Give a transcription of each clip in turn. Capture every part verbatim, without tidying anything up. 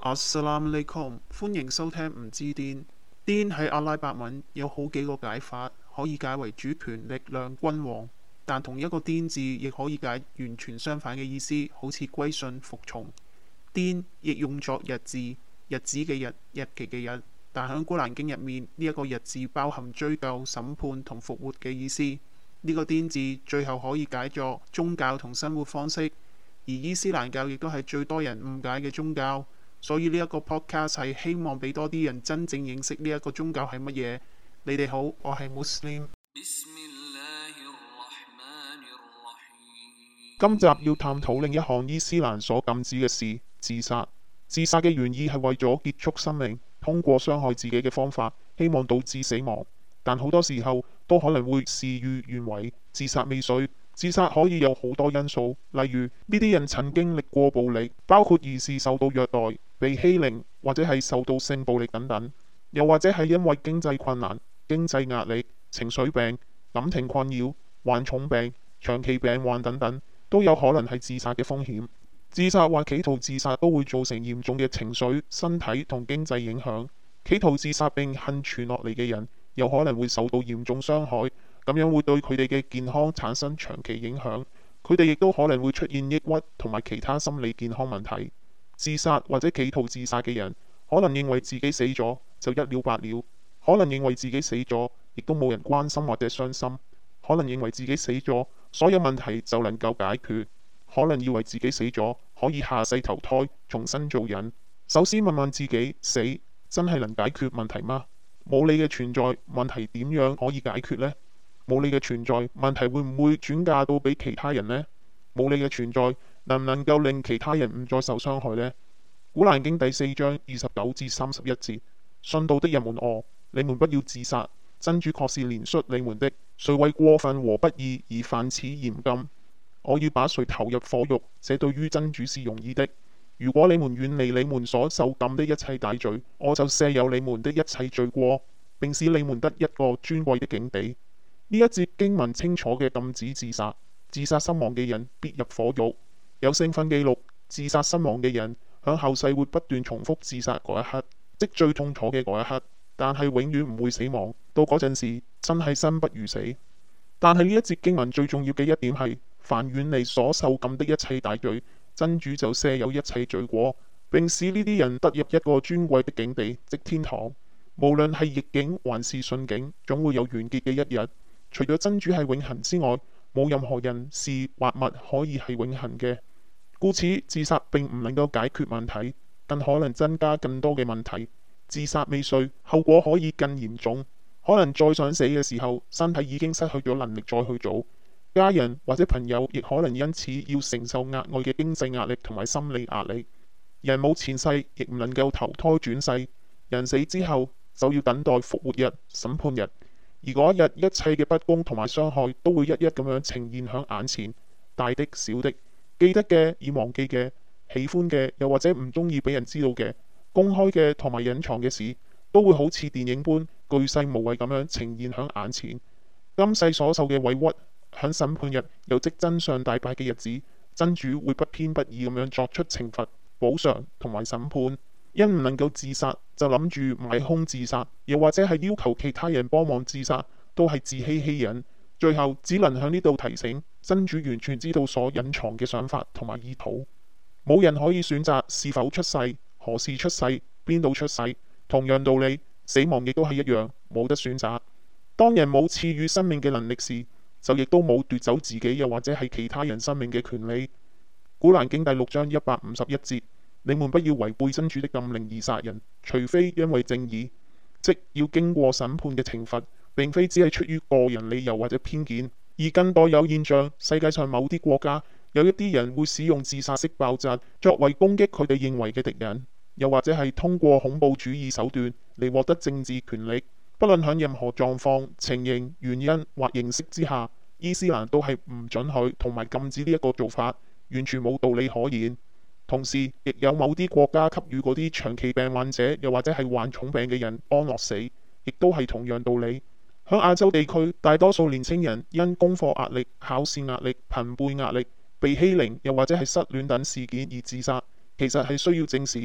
Assalamu alaikum，歡迎收聽唔知癲。癲喺阿拉伯文有好幾個解法，可以解為主權、力量、君王，但同一個癲字亦可以解完全相反嘅意思，好似歸順、服從。癲亦用作日字，日子嘅日，日期嘅日，但喺古蘭經入面呢一個日字包含追究、審判同復活嘅意思。呢個癲字最後可以解作宗教同生活方式，而伊斯蘭教亦都係最多人誤解嘅宗教。所以呢一個 podcast 係希望俾多啲人真正認識呢一個宗教係乜嘢。你哋好，我係 Muslim。今集要探討另一項伊斯蘭所禁止嘅事——自殺。自殺嘅原意係為咗結束生命，通過傷害自己嘅方法，希望導致死亡。但好多時候都可能會事與願違，自殺未遂。自殺可以有好多因素，例如呢啲人曾經歷過暴力，包括兒時受到虐待、被欺凌或者係受到性暴力等等，又或者係因為經濟困難、經濟壓力、情緒病、感情困擾、患重病、長期病患等等，都有可能係自殺嘅風險。自殺或企圖自殺都會造成嚴重嘅情緒、身體同經濟影響。企圖自殺並幸存落嚟嘅人，有可能會受到嚴重傷害。咁樣會對佢哋嘅健康產生長期影響，佢哋亦都可能會出現抑鬱同埋其他心理健康問題。自殺或者企圖自殺嘅人，可能認為自己死咗就一了百了，可能認為自己死咗亦都冇人關心或者傷心，可能認為自己死咗所有問題就能夠解決，可能以為自己死咗可以下世投胎重新做人。首先問問自己，死真係能解決問題嗎？冇你嘅存在，問題點樣可以解決呢？冇你嘅存在，問題會唔會轉嫁到俾其他人呢？冇你嘅存在，能唔能夠令其他人唔再受傷害呢？古蘭經第四章二十九至三十一節：信道的人們哦，你們不要自殺，真主確是憐恤你們的。誰為過分和不義而犯此嚴禁？我要把誰投入火獄，這對於真主是容易的。如果你們遠離你們所受禁的一切大罪，我就赦宥你們的一切罪過，並使你們得一個尊貴的境地。呢一節經文清楚嘅禁止自殺，自殺身亡嘅人必入火獄。有聖訓記錄，自殺身亡嘅人響後世會不斷重複自殺嗰一刻，即最痛楚嘅嗰一刻，但係永遠唔會死亡。到嗰陣時，真係生不如死。但係呢一節經文最重要嘅一點係，凡遠離所受禁的一切大罪，真主就赦宥一切罪過，並使呢啲人得入一個尊貴的境地，即天堂。無論係逆境還是順境，總會有完結嘅一日。除咗真主係永恆之外，冇任何人事或物可以係永恆嘅。故此，自殺並唔能夠解決問題，更可能增加更多嘅問題。自殺未遂，後果可以更嚴重，可能再想死嘅時候，身體已經失去咗能力再去做。家人或者朋友亦可能因此要承受額外嘅經濟壓力同埋心理壓力。人冇前世，亦唔能夠投胎轉世。人死之後，就要等待復活日、審判日。而嗰一日，一切嘅不公同埋傷害都會一一咁樣呈現喺眼前，大的、小的，記得嘅、已忘記嘅，喜歡嘅，又或者唔中意俾人知道嘅，公開嘅同埋隱藏嘅事，都會好似電影般巨細無遺咁樣呈現喺眼前。今世所受嘅委屈，喺審判日又即真相大白嘅日子，真主會不偏不倚咁樣作出懲罰、補償同埋審判。因唔能夠自殺，就諗住買兇自殺，又或者係要求其他人幫忙自殺，都係自欺欺人。最後只能向呢度提醒，真主完全知道所隱藏嘅想法同埋意圖。冇人可以選擇是否出世、何時出世、邊度出世。同樣道理，死亡亦都係一樣，冇得選擇。當人冇賜予生命嘅能力時，就亦都冇奪走自己又或者係其他人生命嘅權利。古蘭經第六章一百五十一節。你們不要違背真主的禁令而殺人，除非因為正義，即要經過審判嘅懲罰，並非只係出於個人理由或者偏見。而近代有現象，世界上某啲國家有一啲人會使用自殺式爆炸作為攻擊佢哋認為嘅敵人，又或者係通過恐怖主義手段嚟獲得政治權力。不論喺任何狀況、情形、原因或形式之下，伊斯蘭都係唔准許同埋禁止呢一個做法，完全冇道理可言。同時，亦有某啲國家給予嗰啲長期病患者，又或者係患重病嘅人安樂死，亦都係同樣道理。喺亞洲地區，大多數年輕人因功課壓力、考試壓力、朋輩壓力、被欺凌，又或者係失戀等事件而自殺，其實係需要正視。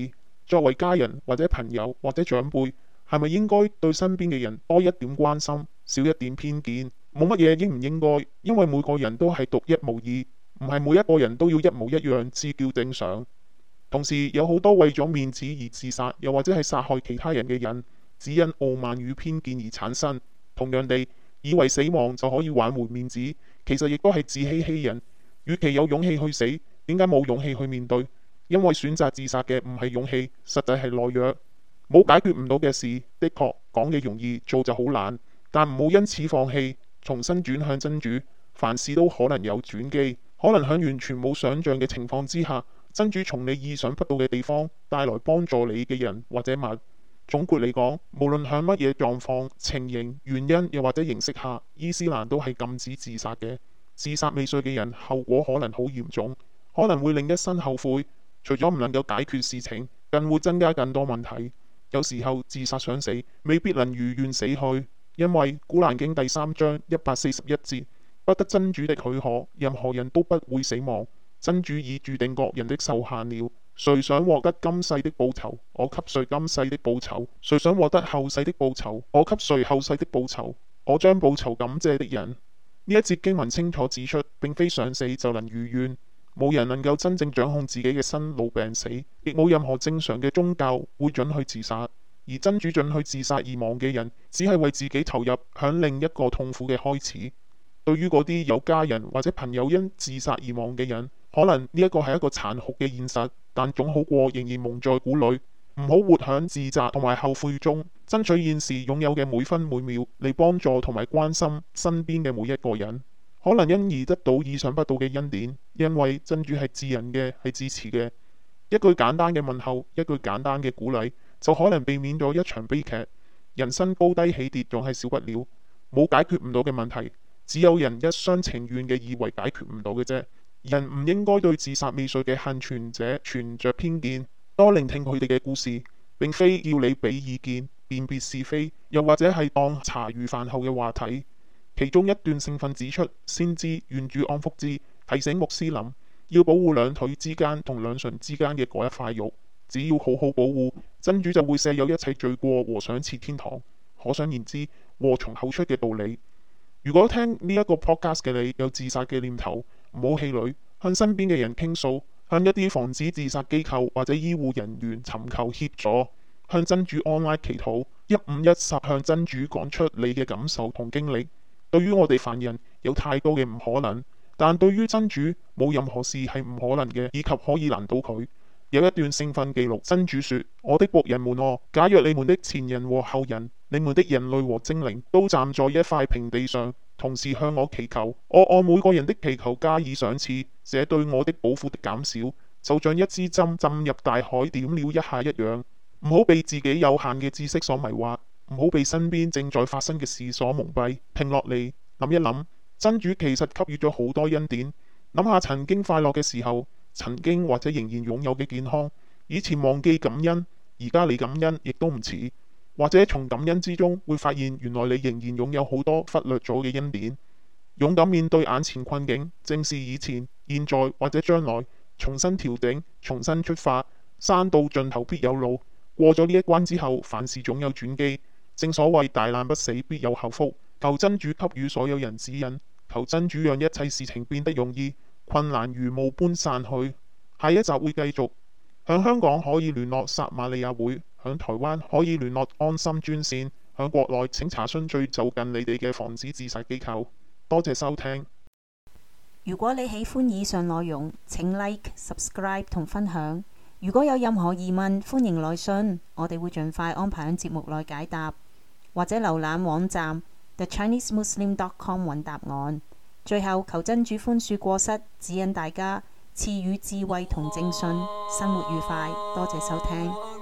作為家人或者朋友或者長輩，係咪應該對身邊嘅人多一點關心，少一點偏見？冇乜嘢應唔應該，因為每個人都係獨一無二，唔係每一個人都要一模一樣至叫正常。同時有好多為咗面子而自殺，又或者係殺害其他人嘅人，只因傲慢與偏見而產生。同樣地，以為死亡就可以挽回面子，其實亦都係自欺欺人。與其有勇氣去死，點解冇勇氣去面對？因為選擇自殺嘅唔係勇氣，實際係懦弱。冇解決唔到嘅事，的確講嘅容易，做就好難。但唔好因此放棄，重新轉向真主。凡事都可能有轉機，可能喺完全冇想象嘅情況之下，真主從你意想不到嘅地方帶來幫助你嘅人或者物。總括嚟講，無論喺乜嘢狀況、情形、原因又或者形式下，伊斯蘭都係禁止自殺嘅。自殺未遂嘅人後果可能好嚴重，可能會令一生後悔。除咗唔能夠解決事情，更會增加更多問題。有時候自殺想死，未必能如願死去，因為古蘭經第三章一百四十一節，不得真主的許可，任何人都不會死亡。真主已注定各人的壽限了。誰想獲得今世的報酬，我給誰今世的報酬；誰想獲得後世的報酬，我給誰後世的報酬。我將報酬感謝的人。呢一節經文清楚指出，並非想死就能如願。冇人能夠真正掌控自己嘅生老病死，亦冇任何正常嘅宗教會准許自殺。而真主准許自殺而亡嘅人，只係為自己投入響另一個痛苦嘅開始。對於嗰啲有家人或者朋友因自殺而亡嘅人，可能呢一個係一個殘酷嘅現實，但總好過仍然蒙在鼓裏。唔好活響自責同埋後悔中，爭取現時擁有嘅每分每秒嚟幫助同埋關心身邊嘅每一個人。可能因而得到意想不到嘅恩典，因為真主係至仁嘅，係至慈嘅。一句簡單嘅問候，一句簡單嘅鼓勵，就可能避免咗一場悲劇。人生高低起跌總係少不了，冇解決唔到嘅問題，只有人一廂情願嘅以為解決唔到嘅啫。人唔應該對自殺未遂嘅幸存者存着偏見，多聆聽佢哋嘅故事，並非要你俾意見、辨別是非，又或者係當茶餘飯後嘅話題。其中一段聖訓指出，先知願主安福之提醒穆斯林要保護兩腿之間同兩唇之間嘅嗰一塊肉，只要好好保護，真主就會赦宥一切罪過和賞賜天堂。可想而知，禍從口出嘅道理。如果聽呢一個 podcast 嘅你有自殺嘅念頭，唔好氣餒，向身邊嘅人傾訴，向一啲防止自殺機構或者醫護人員尋求協助，向真主安拉祈禱，一五一十向真主講出你嘅感受同經歷。對於我哋凡人有太多嘅唔可能，但對於真主冇任何事係唔可能嘅，以及可以難倒佢。有一段聖訓記錄，真主說：我的僕人們哦，假若你們的前人和後人，你們的人類和精靈都站在一塊平地上，同時向我祈求，我按每個人的祈求加以賞賜，這對我的寶庫的減少，就像一支針浸入大海點了一下一樣。唔好被自己有限嘅知識所迷惑，唔好被身邊正在發生嘅事所蒙蔽。停落嚟諗一諗，真主其實給予咗好多恩典。諗下曾經快樂嘅時候，曾經或者仍然擁有嘅健康，以前忘記感恩，而家你感恩亦都唔遲。或者從感恩之中會發現，原來你仍然擁有好多忽略咗嘅恩典。勇敢面對眼前困境，正視以前、現在或者將來，重新調整，重新出發。山到盡頭必有路，過咗呢一關之後，凡事總有轉機。正所謂大難不死，必有後福。求真主給予所有人指引，求真主讓一切事情變得容易，困難如霧般散去。下一集會繼續。響香港可以聯絡撒瑪利亞會，響台灣可以聯絡安心專線，響國內請查詢最就近你哋嘅防止自殺機構。多謝收聽。 如果你喜歡以上內容，請 Like、Subscribe 同分享。如果有任何疑問，歡迎來信，我哋會盡快安排喺節目內解答，或者瀏覽網站 the chinese muslim dot com 揾答案。最後，求真主寬恕過失，指引大家，賜予智慧同正信，生活愉快。多謝收聽。